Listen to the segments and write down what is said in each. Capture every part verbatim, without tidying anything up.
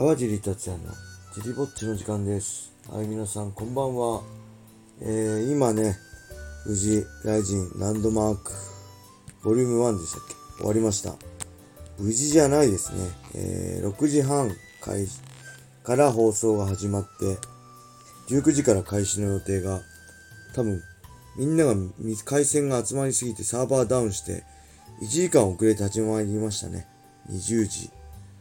川尻達也のジリぼっちの時間です。はい、皆さんこんばんは。えー、今ね、無事、ライジンランドマーク、ボリュームワンでしたっけ終わりました。無事じゃないですね。えー、ろくじはん開始から放送が始まって、じゅうくじから開始の予定が、多分、みんなが回線が集まりすぎてサーバーダウンして、いちじかん遅れて始まりましたね。にじゅうじ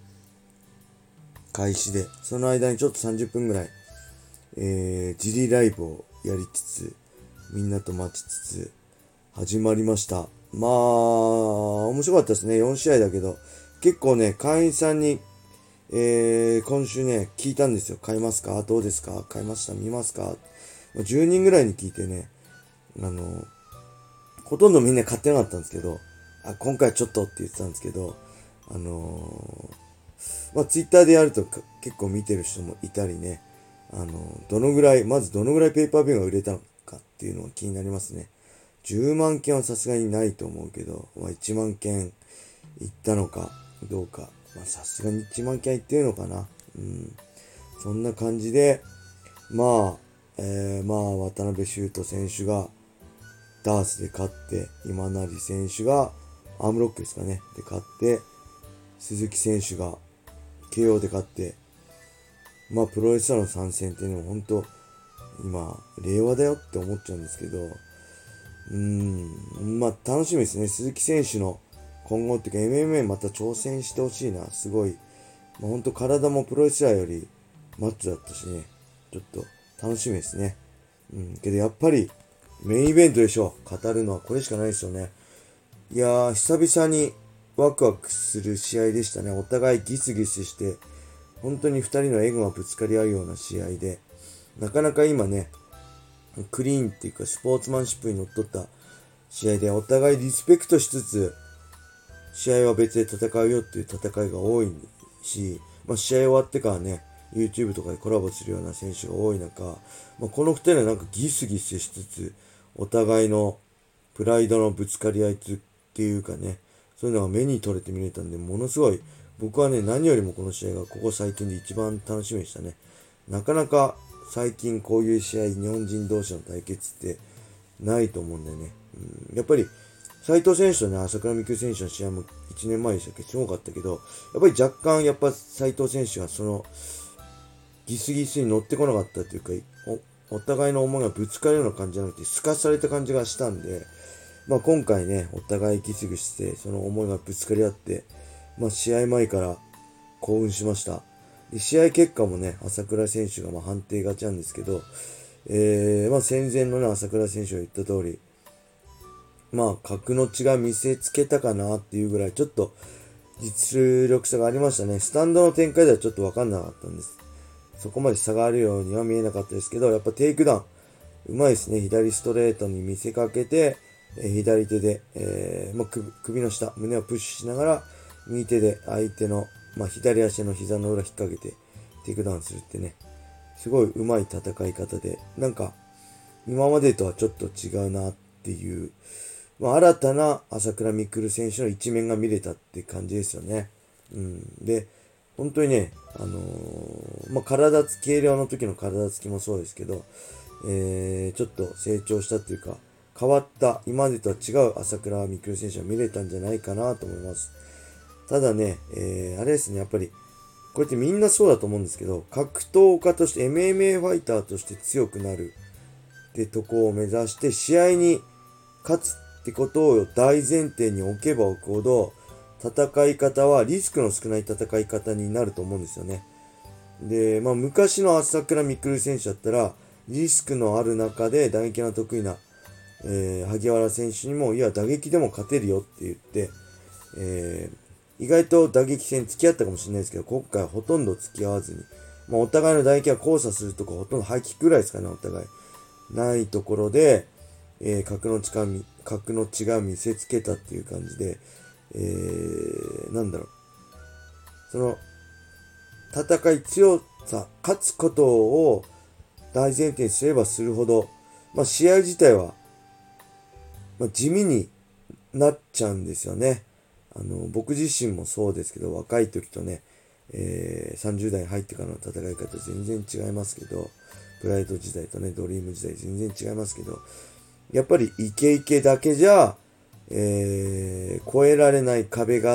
開始で、その間にちょっとさんじゅっぷんぐらい、えー、ジリライブをやりつつ、みんなと待ちつつ、始まりました。まあ、面白かったですね。よん試合だけど、結構ね、会員さんに、えー、今週ね、聞いたんですよ。買いますか？どうですか？買いました？見ますか？じゅうにんぐらいに聞いてね、あの、ほとんどみんな買ってなかったんですけど、あ、今回ちょっとって言ってたんですけど、あのー、まあ、ツイッターでやると結構見てる人もいたりね、あの、どのぐらい、まずどのぐらいペーパービューが売れたのかっていうのが気になりますね。じゅうまんけんはさすがにないと思うけど、まあ、いちまんけんいったのかどうか、まあ、さすがにいちまんけんいってるのかな。うん。そんな感じで、まあ、えー、まあ、渡辺修斗選手がダースで勝って、今成選手がアームロックですかね、で勝って、鈴木選手が ケーオー で勝って、まあプロレスラーの参戦っていうのも本当今令和だよって思っちゃうんですけど、うーん、まあ楽しみですね。鈴木選手の今後っていうか エムエムエー また挑戦してほしいな。すごい、まあ本当体もプロレスラーよりマッチョだったしね、ちょっと楽しみですね。うん、けどやっぱりメインイベントでしょ。語るのはこれしかないですよね。いやー、久々にワクワクする試合でしたね。お互いギスギスして、本当に二人のエゴがぶつかり合うような試合で、なかなか今ね、クリーンっていうかスポーツマンシップにのっとった試合で、お互いリスペクトしつつ、試合は別で戦うよっていう戦いが多いし、まあ、試合終わってからね、YouTube とかでコラボするような選手が多い中、まあ、この二人はなんかギスギスしつつ、お互いのプライドのぶつかり合いっていうかね、そういうのが目に取れて見れたんで、ものすごい、僕はね、何よりもこの試合がここ最近で一番楽しみでしたね。なかなか最近こういう試合、日本人同士の対決ってないと思うんだよね。うん、やっぱり、斉藤選手とね、朝倉未来選手の試合もいちねんまえでしたっけ、すごかったけど、やっぱり若干、やっぱ斉藤選手がその、ギスギスに乗ってこなかったというか、お、お互いの思いがぶつかるような感じじゃなくて、透かされた感じがしたんで、まあ今回ね、お互いギスギスして、その思いがぶつかり合って、まあ試合前から興奮しました。で試合結果もね、朝倉選手がまあ判定勝ちなんですけど、えー、まあ戦前のね、朝倉選手が言った通り、まあ格の違い見せつけたかなっていうぐらい、ちょっと実力差がありましたね。スタンドの展開ではちょっとわかんなかったんです。そこまで差があるようには見えなかったですけど、やっぱテイクダウン、うまいですね。左ストレートに見せかけて、えー、左手で、えーまあ、首首の下、胸をプッシュしながら、右手で相手の、まあ、左足の膝の裏引っ掛けて、テイクダウンするってね、すごいうまい戦い方で、なんか、今までとはちょっと違うなっていう、まあ、新たな朝倉未来選手の一面が見れたって感じですよね。うん。で、本当にね、あのー、まあ、体つき、軽量の時の体つきもそうですけど、えー、ちょっと成長したっていうか、変わった、今までとは違う朝倉未来選手が見れたんじゃないかなと思います。ただね、えー、あれですね、やっぱり、これってみんなそうだと思うんですけど、格闘家として エムエムエー ファイターとして強くなるってとこを目指して、試合に勝つってことを大前提に置けば置くほど、戦い方はリスクの少ない戦い方になると思うんですよね。で、まあ昔の朝倉未来選手だったら、リスクのある中で打撃が得意な、えー、萩原選手にも、いや、打撃でも勝てるよって言って、えー、意外と打撃戦付き合ったかもしれないですけど、今回はほとんど付き合わずに、まあお互いの打撃は交差するとこほとんどハイキックぐらいですかね、お互い。ないところで、えー、格の違み、格の違いを見せつけたっていう感じで、えー、なんだろう。その、戦い強さ、勝つことを大前提にすればするほど、まあ、試合自体は、まあ、地味になっちゃうんですよね。あの、僕自身もそうですけど、若い時とね、 えー、さんじゅう代に入ってからの戦い方全然違いますけど、プライド時代とね、ドリーム時代全然違いますけど、やっぱりイケイケだけじゃ、えー、越えられない壁があって、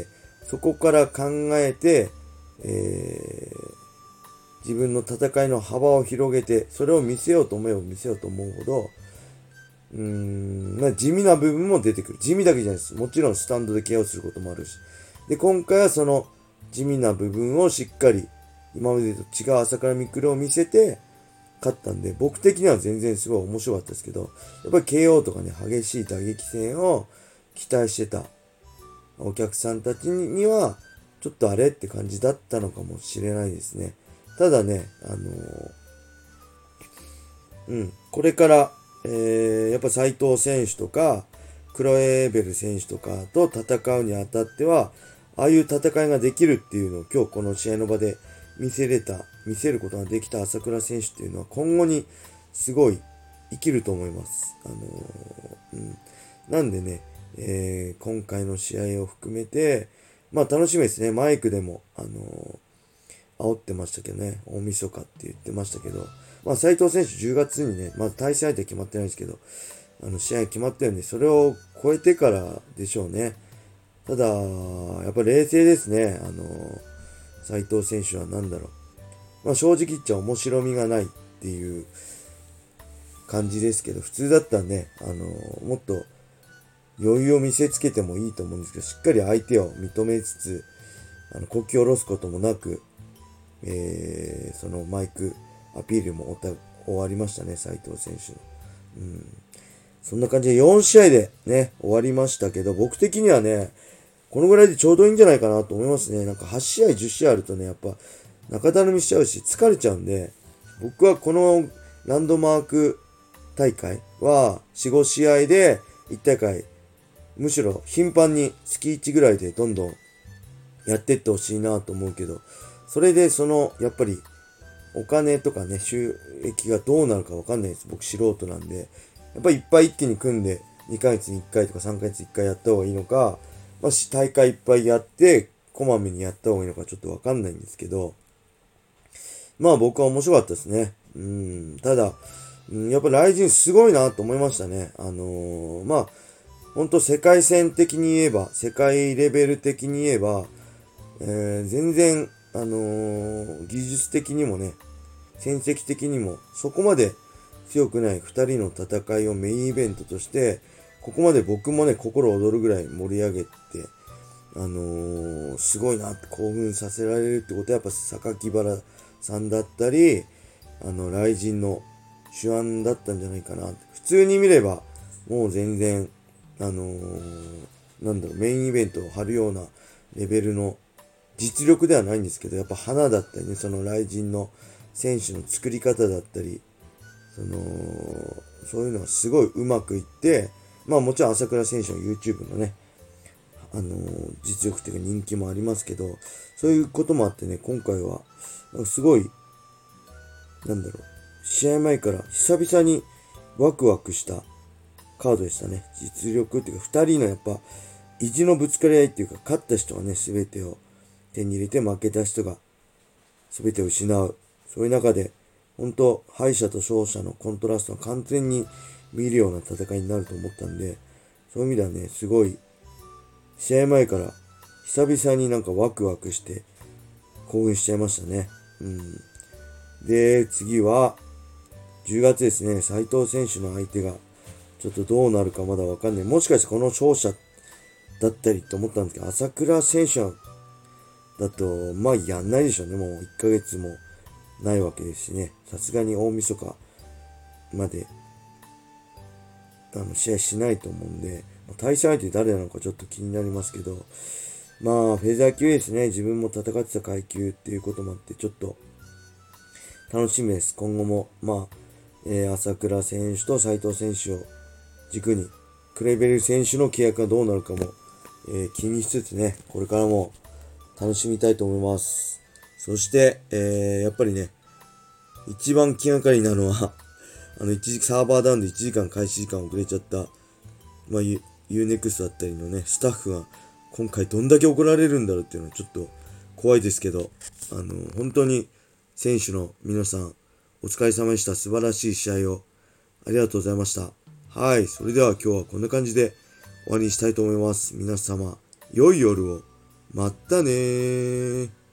そこから考えて、えー、自分の戦いの幅を広げて、それを見せようと思えば見せようと思うほど、うーん、まあ、地味な部分も出てくる。地味だけじゃないです。もちろんスタンドでケアをすることもあるし。で、今回はその地味な部分をしっかり、今までと違う朝倉未来を見せて、勝ったんで、僕的には全然すごい面白かったですけど、やっぱり ケーオー とかね、激しい打撃戦を期待してたお客さんたちには、ちょっとあれって感じだったのかもしれないですね。ただね、あのー、うん、これから、えー、やっぱ斉藤選手とか、クロエーベル選手とかと戦うにあたっては、ああいう戦いができるっていうのを今日この試合の場で見せれた、見せることができた朝倉選手っていうのは今後にすごい生きると思います。あのー、うん。なんでね、えー、今回の試合を含めて、まあ楽しみですね。マイクでも、あのー、煽ってましたけどね、大晦日って言ってましたけど、まあ斉藤選手じゅうがつにね、まあ対戦相手決まってないですけど、あの試合決まったよね、それを超えてからでしょうね。ただ、やっぱ冷静ですね、あの、斉藤選手は何だろう。まあ正直言っちゃ面白みがないっていう感じですけど、普通だったらね、あの、もっと余裕を見せつけてもいいと思うんですけど、しっかり相手を認めつつ、あの、国旗を下ろすこともなく、えー、そのマイクアピールも終わりましたね、斉藤選手の。うん。そんな感じでよん試合でね、終わりましたけど、僕的にはね、このぐらいでちょうどいいんじゃないかなと思いますね。なんかはち試合、じゅっ試合あるとね、やっぱ中だるみしちゃうし、疲れちゃうんで、僕はこのランドマーク大会はよん、ご試合でいち大会、むしろ頻繁に月いちぐらいでどんどんやってってほしいなと思うけど、それでその、やっぱりお金とかね、収益がどうなるかわかんないです。僕素人なんで。やっぱりいっぱい一気に組んでにかげつにいっかいとかさんかげつにいっかいやった方がいいのか、まあ、大会いっぱいやってこまめにやった方がいいのかちょっとわかんないんですけど、まあ僕は面白かったですね。うん、ただ、うん、やっぱライジンすごいなと思いましたね。あのー、まあ、ほんと世界線的に言えば、世界レベル的に言えば、えー、全然、あのー、技術的にもね、戦績的にもそこまで強くないふたりの戦いをメインイベントとして、ここまで僕もね、心躍るぐらい盛り上げて、あのー、すごいなって興奮させられるってことはやっぱ榊原さんだったり、あの、雷神の手腕だったんじゃないかな。普通に見れば、もう全然、あのー、なんだろう、メインイベントを張るようなレベルの実力ではないんですけど、やっぱ花だったりね、その雷神の選手の作り方だったり、その、そういうのはすごいうまくいって、まあもちろん朝倉選手の YouTube のね、あのー、実力っていうか人気もありますけど、そういうこともあってね、今回は、すごい、なんだろう、試合前から久々にワクワクしたカードでしたね。実力っていうか、二人のやっぱ、意地のぶつかり合いっていうか、勝った人はね、すべてを手に入れて負けた人が全てを失う。そういう中で、本当敗者と勝者のコントラストが完全に見るような戦いになると思ったんで、そういう意味ではね、すごい、試合前から久々になんかワクワクして興奮しちゃいましたね。うん。で、次は、じゅうがつですね、斉藤選手の相手が、ちょっとどうなるかまだわかんない。もしかしてこの勝者だったりと思ったんですけど、朝倉選手はだと、まあやんないでしょうね。もういっかげつもないわけですしね。さすがに大晦日まで、あの、試合しないと思うんで、対戦相手誰なのかちょっと気になりますけど、まあ、フェザー級ですね。自分も戦ってた階級っていうこともあって、ちょっと、楽しみです。今後も、まあ、えー、朝倉選手と斉藤選手を軸に、クレベル選手の契約がどうなるかも、えー、気にしつつね、これからも楽しみたいと思います。そして、えー、やっぱりね、一番気がかりなのは、あの、一時、サーバーダウンでいちじかん開始時間遅れちゃった、まあ、ユーネクスト だったりのね、スタッフが今回どんだけ怒られるんだろうっていうのはちょっと怖いですけど、あの、本当に選手の皆さん、お疲れ様でした。素晴らしい試合をありがとうございました。はい。それでは今日はこんな感じで終わりにしたいと思います。皆様、良い夜を。まったねー。